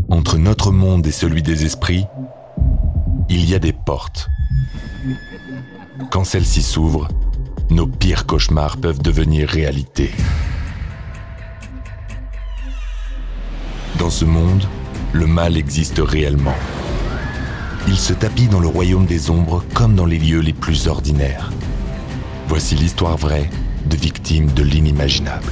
Entre notre monde et celui des esprits, il y a des portes. Quand celles-ci s'ouvrent, nos pires cauchemars peuvent devenir réalité. Dans ce monde, le mal existe réellement. Il se tapit dans le royaume des ombres comme dans les lieux les plus ordinaires. Voici l'histoire vraie de victimes de l'inimaginable.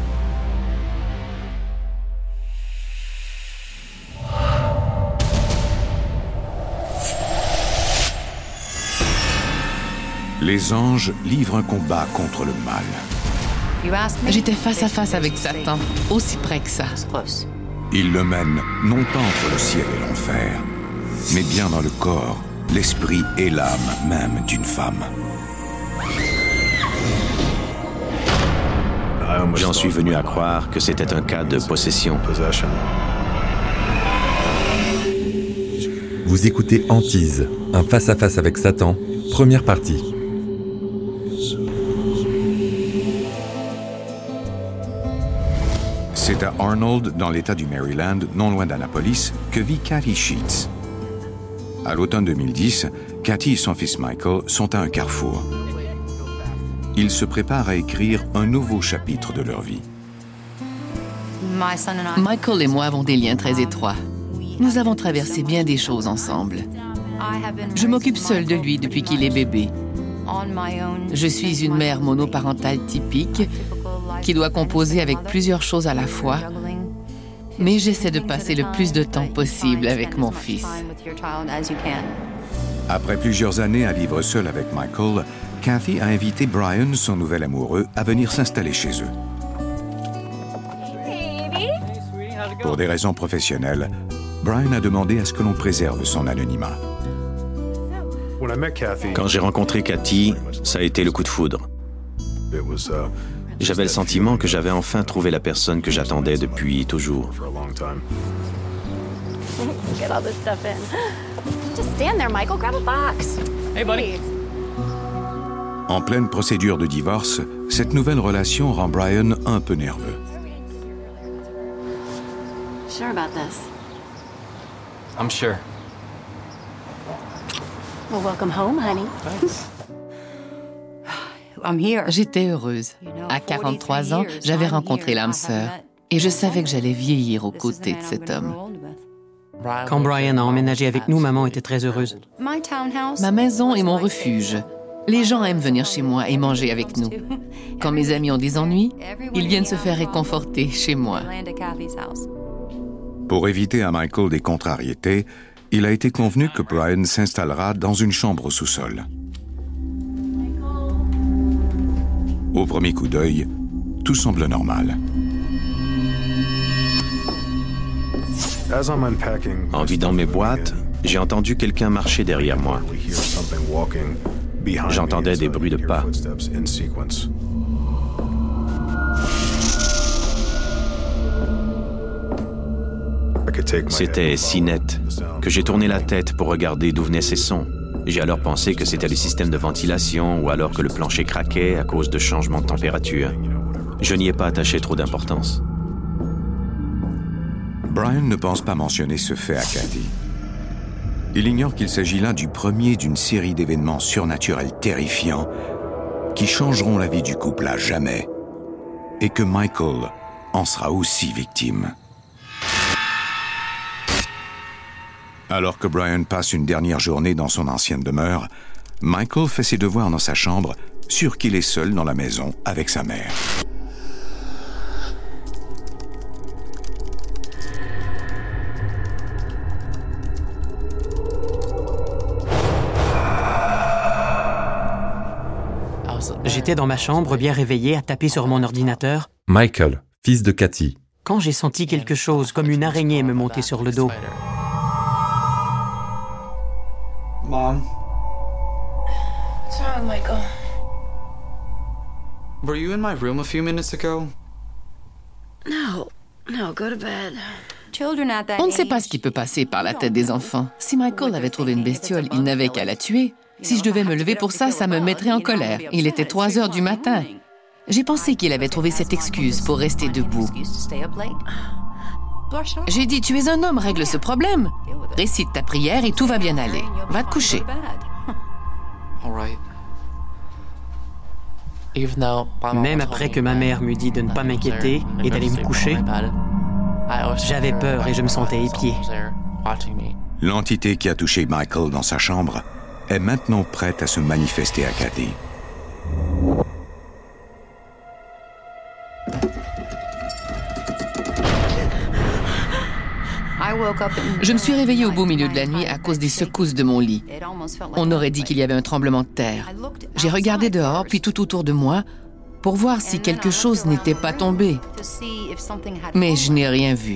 Les anges livrent un combat contre le mal. J'étais face à face avec Satan, aussi près que ça. Ils le mènent non pas entre le ciel et l'enfer, mais bien dans le corps, l'esprit et l'âme même d'une femme. J'en suis venu à croire que c'était un cas de possession. Vous écoutez Hantise, un face-à-face avec Satan, première partie. C'est à Arnold, dans l'État du Maryland, non loin d'Annapolis, que vit Kathy Sheets. À l'automne 2010, Kathy et son fils Michael sont à un carrefour. Ils se préparent à écrire un nouveau chapitre de leur vie. Michael et moi avons des liens très étroits. Nous avons traversé bien des choses ensemble. Je m'occupe seule de lui depuis qu'il est bébé. Je suis une mère monoparentale typique qui doit composer avec plusieurs choses à la fois, mais j'essaie de passer le plus de temps possible avec mon fils. Après plusieurs années à vivre seule avec Michael, Kathy a invité Brian, son nouvel amoureux, à venir s'installer chez eux. Pour des raisons professionnelles, Brian a demandé à ce que l'on préserve son anonymat. Quand j'ai rencontré Kathy, ça a été le coup de foudre. J'avais le sentiment que j'avais enfin trouvé la personne que j'attendais depuis toujours. Get all this stuff in. Just stand there, Michael. Grab a box. Hey, buddy. En pleine procédure de divorce, cette nouvelle relation rend Brian un peu nerveux. Sure about this? I'm sure. Well, welcome home, honey. Thanks. J'étais heureuse. À 43 ans, j'avais rencontré l'âme sœur et je savais que j'allais vieillir aux côtés de cet homme. Quand Brian a emménagé avec nous, maman était très heureuse. Ma maison est mon refuge. Les gens aiment venir chez moi et manger avec nous. Quand mes amis ont des ennuis, ils viennent se faire réconforter chez moi. Pour éviter à Michael des contrariétés, il a été convenu que Brian s'installera dans une chambre au sous-sol. Au premier coup d'œil, tout semble normal. En vidant mes boîtes, j'ai entendu quelqu'un marcher derrière moi. J'entendais des bruits de pas. C'était si net que j'ai tourné la tête pour regarder d'où venaient ces sons. J'ai alors pensé que c'était le système de ventilation ou alors que le plancher craquait à cause de changements de température. Je n'y ai pas attaché trop d'importance. Brian ne pense pas mentionner ce fait à Kathy. Il ignore qu'il s'agit là du premier d'une série d'événements surnaturels terrifiants qui changeront la vie du couple à jamais et que Michael en sera aussi victime. Alors que Brian passe une dernière journée dans son ancienne demeure, Michael fait ses devoirs dans sa chambre, sûr qu'il est seul dans la maison avec sa mère. J'étais dans ma chambre, bien réveillé, à taper sur mon ordinateur. Michael, fils de Kathy. Quand j'ai senti quelque chose, comme une araignée me monter sur le dos. Mom. What's wrong, Michael? Were you in my room a few minutes ago? No, go to bed. On ne sait pas ce qui peut passer par la tête des enfants. Si Michael avait trouvé une bestiole, il n'avait qu'à la tuer. Si je devais me lever pour ça, ça me mettrait en colère. Il était 3 heures du matin. J'ai pensé qu'il avait trouvé cette excuse pour rester debout. J'ai dit, tu es un homme, règle ce problème. Récite ta prière et tout va bien aller. Va te coucher. Même après que ma mère m'eût dit de ne pas m'inquiéter et d'aller me coucher, j'avais peur et je me sentais épié. L'entité qui a touché Michael dans sa chambre est maintenant prête à se manifester à Kathy. Je me suis réveillée au beau milieu de la nuit à cause des secousses de mon lit. On aurait dit qu'il y avait un tremblement de terre. J'ai regardé dehors, puis tout autour de moi, pour voir si quelque chose n'était pas tombé. Mais je n'ai rien vu.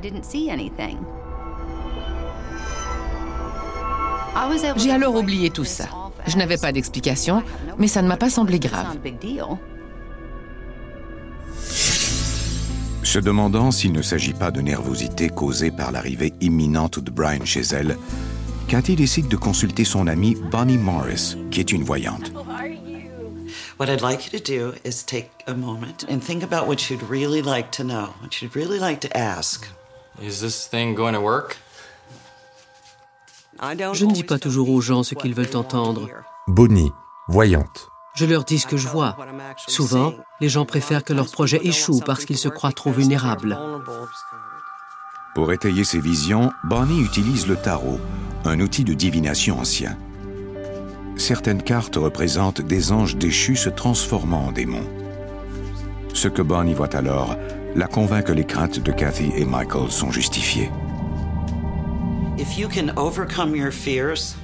J'ai alors oublié tout ça. Je n'avais pas d'explication, mais ça ne m'a pas semblé grave. Se demandant s'il ne s'agit pas de nervosité causée par l'arrivée imminente de Brian chez elle, Kathy décide de consulter son amie Bonnie Morris, qui est une voyante. What I'd like you to do is take a moment and think about what you'd really like to know, what you'd really like to ask. Is this thing going to work? Je ne dis pas toujours aux gens ce qu'ils veulent entendre. Bonnie, voyante. Je leur dis ce que je vois. Souvent, les gens préfèrent que leur projet échoue parce qu'ils se croient trop vulnérables. Pour étayer ses visions, Bonnie utilise le tarot, un outil de divination ancien. Certaines cartes représentent des anges déchus se transformant en démons. Ce que Bonnie voit alors la convainc que les craintes de Kathy et Michael sont justifiées. If you can overcome your fears,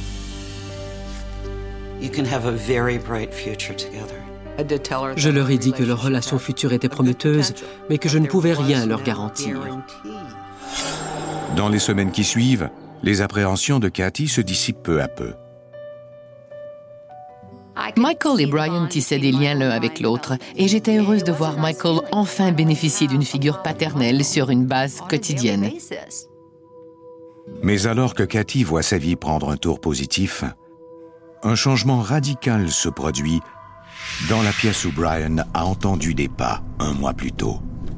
you can have a very bright future together. Je leur ai dit que leur relation future était prometteuse, mais que je ne pouvais rien leur garantir. Dans les semaines qui suivent, les appréhensions de Kathy se dissipent peu à peu. Michael et Brian tissaient des liens l'un avec l'autre, et j'étais heureuse de voir Michael enfin bénéficier d'une figure paternelle sur une base quotidienne. Mais alors que Kathy voit sa vie prendre un tour positif, un changement radical se produit dans la pièce où Brian a entendu des pas 1 mois plus tôt.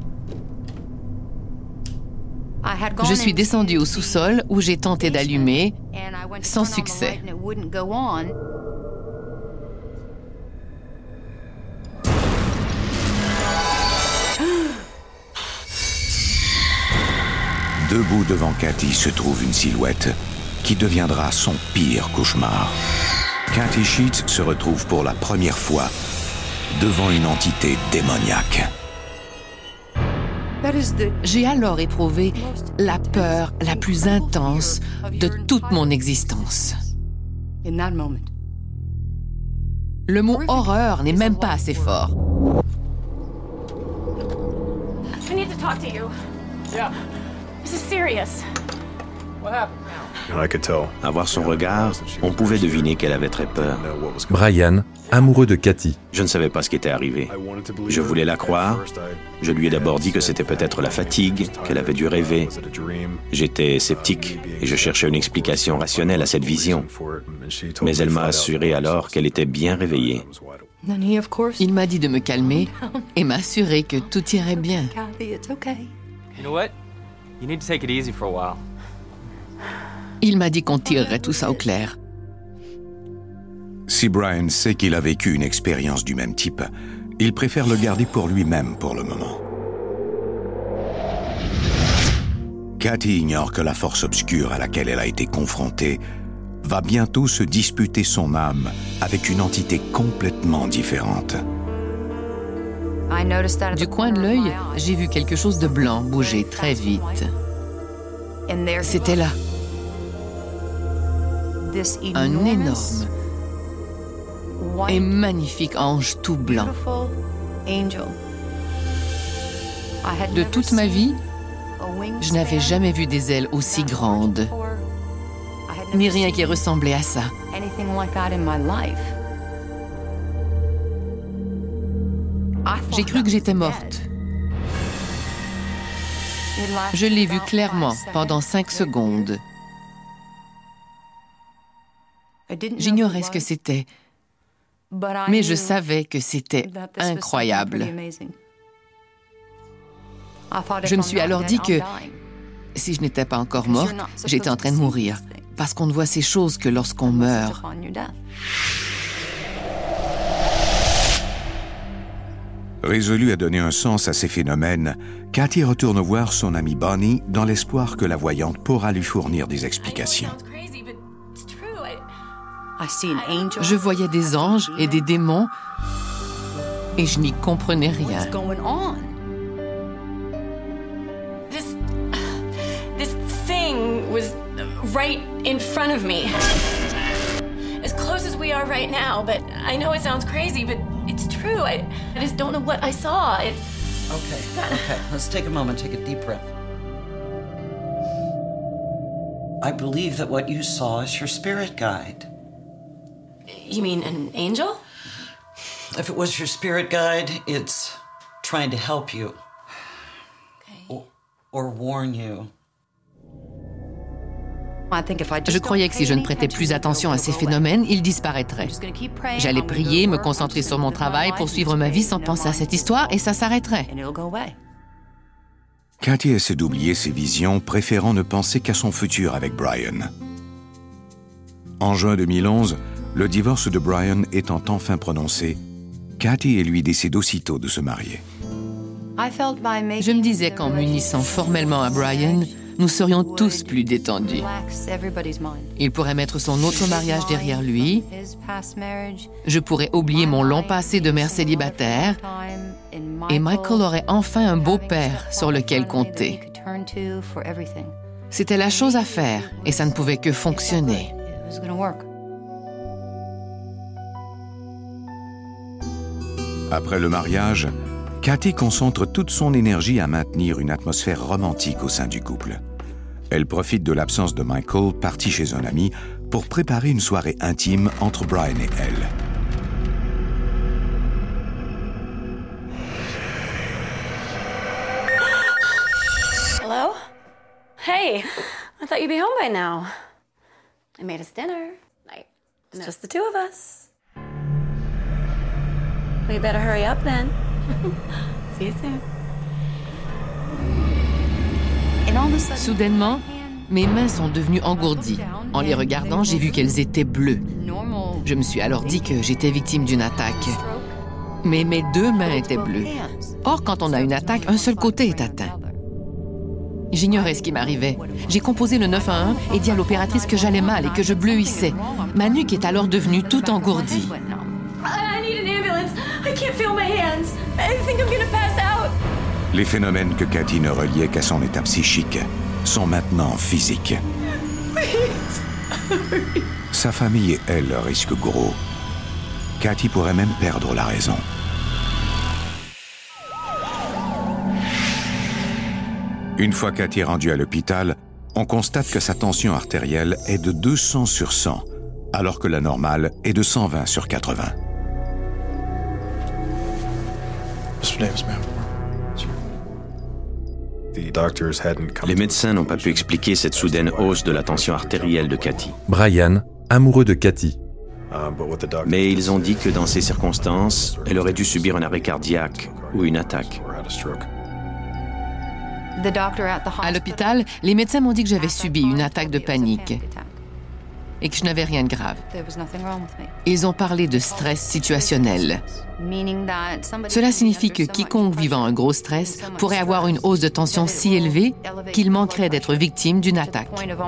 Je suis descendue au sous-sol où j'ai tenté d'allumer, sans succès. Debout devant Kathy se trouve une silhouette qui deviendra son pire cauchemar. Kathy Sheets se retrouve pour la première fois devant une entité démoniaque. J'ai alors éprouvé la peur la plus intense de toute mon existence. Le mot horreur n'est même pas assez fort. I need to talk to you. Yeah. This is serious. What happened? À voir son regard, on pouvait deviner qu'elle avait très peur. Brian, amoureux de Kathy. Je ne savais pas ce qui était arrivé. Je voulais la croire. Je lui ai d'abord dit que c'était peut-être la fatigue, qu'elle avait dû rêver. J'étais sceptique et je cherchais une explication rationnelle à cette vision. Mais elle m'a assuré alors qu'elle était bien réveillée. Il m'a dit de me calmer et m'a assuré que tout irait bien. You know what? You need to take it easy for a while. Il m'a dit qu'on tirerait tout ça au clair. Si Brian sait qu'il a vécu une expérience du même type, il préfère le garder pour lui-même pour le moment. Kathy ignore que la force obscure à laquelle elle a été confrontée va bientôt se disputer son âme avec une entité complètement différente. Du coin de l'œil, j'ai vu quelque chose de blanc bouger très vite. C'était là. Un énorme et magnifique ange tout blanc. De toute ma vie, je n'avais jamais vu des ailes aussi grandes, ni rien qui ressemblait à ça. J'ai cru que j'étais morte. Je l'ai vu clairement pendant 5 secondes. J'ignorais ce que c'était, mais je savais que c'était incroyable. Je me suis alors dit que si je n'étais pas encore morte, j'étais en train de mourir. Parce qu'on ne voit ces choses que lorsqu'on meurt. Résolue à donner un sens à ces phénomènes, Kathy retourne voir son amie Bonnie dans l'espoir que la voyante pourra lui fournir des explications. Je voyais des anges et des démons et je n'y comprenais rien. This thing was right in front of me. As close as we are right now, but I know it sounds crazy, but it's true. I just don't know what I saw. Okay, let's take a moment, take a deep breath. I believe that what you saw is your spirit guide. You mean an angel? If it was your spirit guide, it's trying to help you. Or warn you. Je croyais que si je ne prêtais plus attention à ces phénomènes, ils disparaîtraient. J'allais prier, me concentrer sur mon travail, poursuivre ma vie sans penser à cette histoire, et ça s'arrêterait. Kathy essaie d'oublier ses visions, préférant ne penser qu'à son futur avec Brian. En juin 2011, le divorce de Brian étant enfin prononcé, Kathy et lui décident aussitôt de se marier. Je me disais qu'en m'unissant formellement à Brian, nous serions tous plus détendus. Il pourrait mettre son autre mariage derrière lui. Je pourrais oublier mon long passé de mère célibataire. Et Michael aurait enfin un beau-père sur lequel compter. C'était la chose à faire et ça ne pouvait que fonctionner. Après le mariage, Kathy concentre toute son énergie à maintenir une atmosphère romantique au sein du couple. Elle profite de l'absence de Michael, parti chez un ami, pour préparer une soirée intime entre Brian et elle. Hello? Hey, I thought you'd be home by now. I made us dinner. It's just the two of us. We better hurry up then. See you soon. Soudainement, mes mains sont devenues engourdies. En les regardant, j'ai vu qu'elles étaient bleues. Je me suis alors dit que j'étais victime d'une attaque. Mais mes deux mains étaient bleues. Or, quand on a une attaque, un seul côté est atteint. J'ignorais ce qui m'arrivait. J'ai composé le 911 et dit à l'opératrice que j'allais mal et que je bleuissais. Ma nuque est alors devenue toute engourdie. Les phénomènes que Kathy ne reliait qu'à son état psychique sont maintenant physiques. Sa famille et elle risquent gros. Kathy pourrait même perdre la raison. Une fois Kathy rendue à l'hôpital, on constate que sa tension artérielle est de 200 sur 100, alors que la normale est de 120 sur 80. Les médecins n'ont pas pu expliquer cette soudaine hausse de la tension artérielle de Kathy. Brian, amoureux de Kathy. Mais ils ont dit que dans ces circonstances, elle aurait dû subir un arrêt cardiaque ou une attaque. À l'hôpital, les médecins m'ont dit que j'avais subi une attaque de panique et que je n'avais rien de grave. Ils ont parlé de stress situationnel. Cela signifie que quiconque vivant un gros stress pourrait avoir une hausse de tension si élevée qu'il manquerait d'être victime d'une attaque.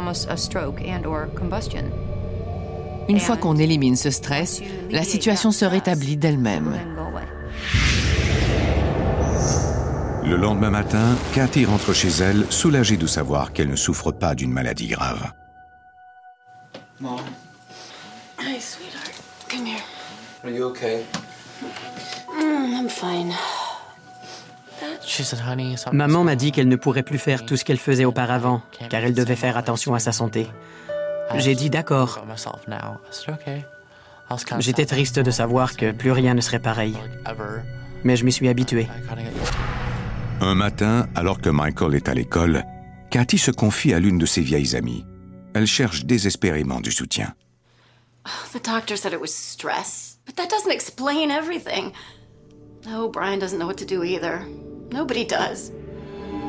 Une fois qu'on élimine ce stress, la situation se rétablit d'elle-même. Le lendemain matin, Kathy rentre chez elle, soulagée de savoir qu'elle ne souffre pas d'une maladie grave. Mom. Hey, sweetheart. Come here. Are you okay? I'm fine. Maman m'a dit qu'elle ne pourrait plus faire tout ce qu'elle faisait auparavant, car elle devait faire attention à sa santé. J'ai dit d'accord. J'étais triste de savoir que plus rien ne serait pareil. Mais je m'y suis habitué. Un matin, alors que Michael est à l'école, Kathy se confie à l'une de ses vieilles amies. Elle cherche désespérément du soutien. The doctor said it was stress, but that doesn't explain everything. No, Brian doesn't know what to do either. Nobody does.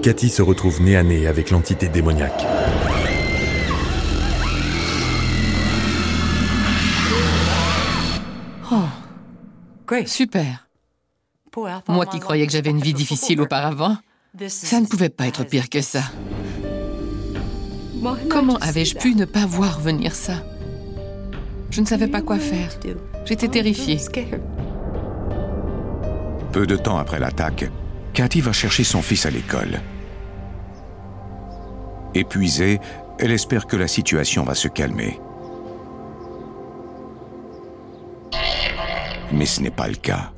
Cathy se retrouve nez à nez avec l'entité démoniaque. Oh, super. Moi qui croyais que j'avais une vie difficile auparavant, ça ne pouvait pas être pire que ça. Comment avais-je pu ne pas voir venir ça? Je ne savais pas quoi faire. J'étais terrifiée. Peu de temps après l'attaque, Cathy va chercher son fils à l'école. Épuisée, elle espère que la situation va se calmer. Mais ce n'est pas le cas.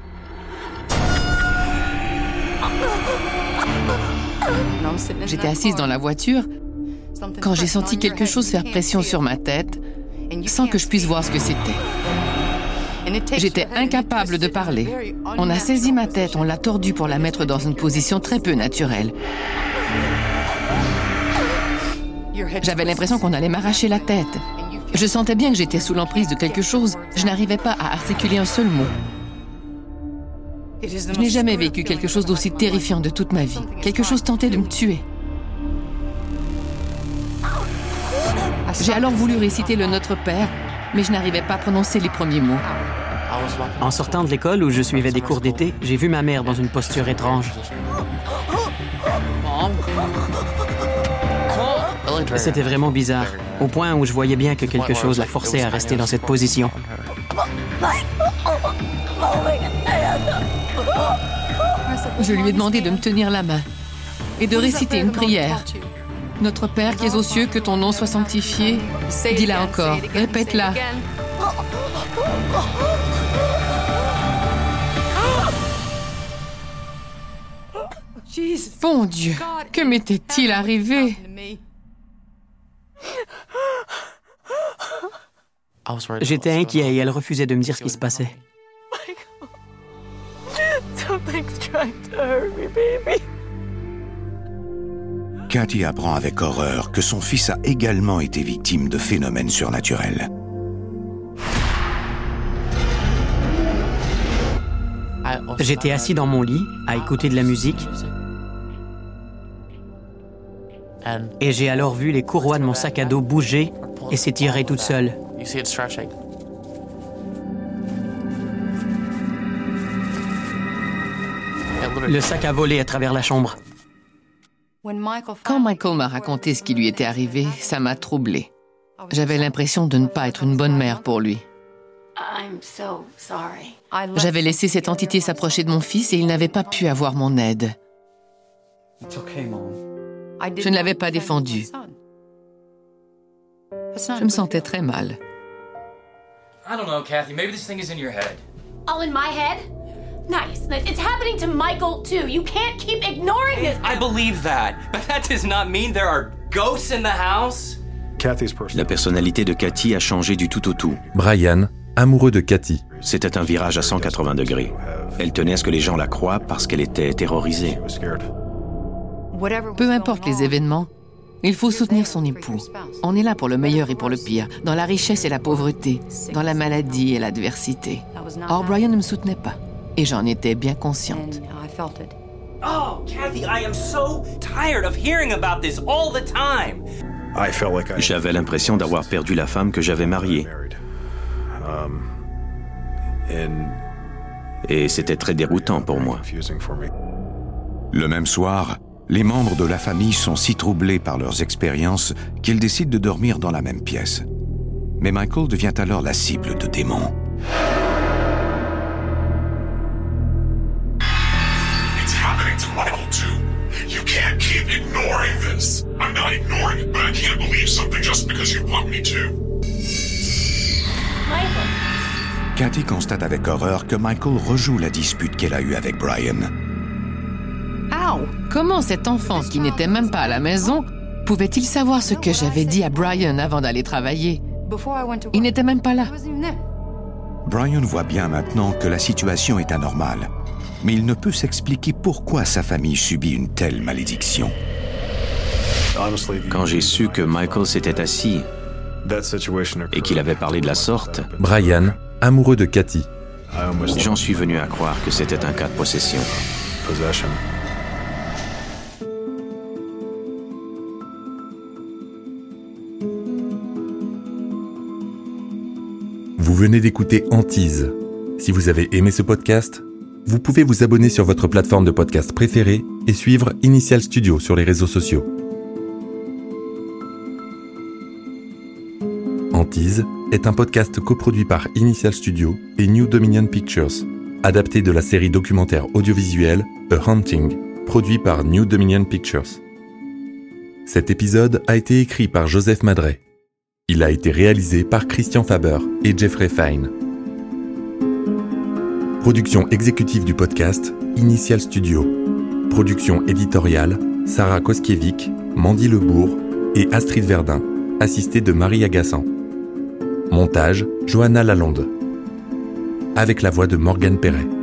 J'étais assise dans la voiture quand j'ai senti quelque chose faire pression sur ma tête sans que je puisse voir ce que c'était. J'étais incapable de parler. On a saisi ma tête, on l'a tordue pour la mettre dans une position très peu naturelle. J'avais l'impression qu'on allait m'arracher la tête. Je sentais bien que j'étais sous l'emprise de quelque chose. Je n'arrivais pas à articuler un seul mot. Je n'ai jamais vécu quelque chose d'aussi terrifiant de toute ma vie. Quelque chose tentait de me tuer. J'ai alors voulu réciter le Notre Père, mais je n'arrivais pas à prononcer les premiers mots. En sortant de l'école où je suivais des cours d'été, j'ai vu ma mère dans une posture étrange. C'était vraiment bizarre, au point où je voyais bien que quelque chose la forçait à rester dans cette position. Je lui ai demandé de me tenir la main et de réciter une prière. Notre Père qui es aux cieux, que ton nom soit sanctifié. Dis-la encore, répète-la. Bon Dieu, que m'était-il arrivé? J'étais inquiet et elle refusait de me dire ce qui se passait. Cathy apprend avec horreur que son fils a également été victime de phénomènes surnaturels. J'étais assis dans mon lit, à écouter de la musique, et j'ai alors vu les courroies de mon sac à dos bouger et s'étirer toutes seules. Le sac a volé à travers la chambre. Quand Michael m'a raconté ce qui lui était arrivé, ça m'a troublée. J'avais l'impression de ne pas être une bonne mère pour lui. J'avais laissé cette entité s'approcher de mon fils et il n'avait pas pu avoir mon aide. Je ne l'avais pas défendu. Je me sentais très mal. I don't know, Cathy. Maybe this thing is in your head. All in my head? Nice. It's happening to Michael, too. You can't keep ignoring this. I believe that, but that does not mean there are ghosts in the house. La personnalité de Cathy a changé du tout au tout. Brian, amoureux de Cathy. C'était un virage à 180 degrés. Elle tenait à ce que les gens la croient parce qu'elle était terrorisée. Peu importe les événements, il faut soutenir son époux. On est là pour le meilleur et pour le pire, dans la richesse et la pauvreté, dans la maladie et l'adversité. Or, Brian ne me soutenait pas, et j'en étais bien consciente. Oh, Cathy, I am so tired of hearing about this all the time. J'avais l'impression d'avoir perdu la femme que j'avais mariée. Et c'était très déroutant pour moi. Le même soir, les membres de la famille sont si troublés par leurs expériences qu'ils décident de dormir dans la même pièce. Mais Michael devient alors la cible de démons. It's happening to Michael too. You can't keep ignoring this. I'm not ignoring it, but I can't believe something just because you want me to. Michael. Cathy constate avec horreur que Michael rejoue la dispute qu'elle a eue avec Brian. Comment cet enfant qui n'était même pas à la maison pouvait-il savoir ce que j'avais dit à Brian avant d'aller travailler? Il n'était même pas là. Brian voit bien maintenant que la situation est anormale, mais il ne peut s'expliquer pourquoi sa famille subit une telle malédiction. Quand j'ai su que Michael s'était assis et qu'il avait parlé de la sorte, Brian, amoureux de Cathy. J'en suis venu à croire que c'était un cas de possession. Vous venez d'écouter Antise. Si vous avez aimé ce podcast, vous pouvez vous abonner sur votre plateforme de podcast préférée et suivre Initial Studio sur les réseaux sociaux. Antise est un podcast coproduit par Initial Studio et New Dominion Pictures, adapté de la série documentaire audiovisuelle A Haunting, produit par New Dominion Pictures. Cet épisode a été écrit par Joseph Madret. Il a été réalisé par Christian Faber et Jeffrey Fine. Production exécutive du podcast, Initial Studio. Production éditoriale, Sarah Koskiewicz, Mandy Lebourg et Astrid Verdun, assistée de Marie Agassan. Montage, Johanna Lalonde. Avec la voix de Morgane Perret.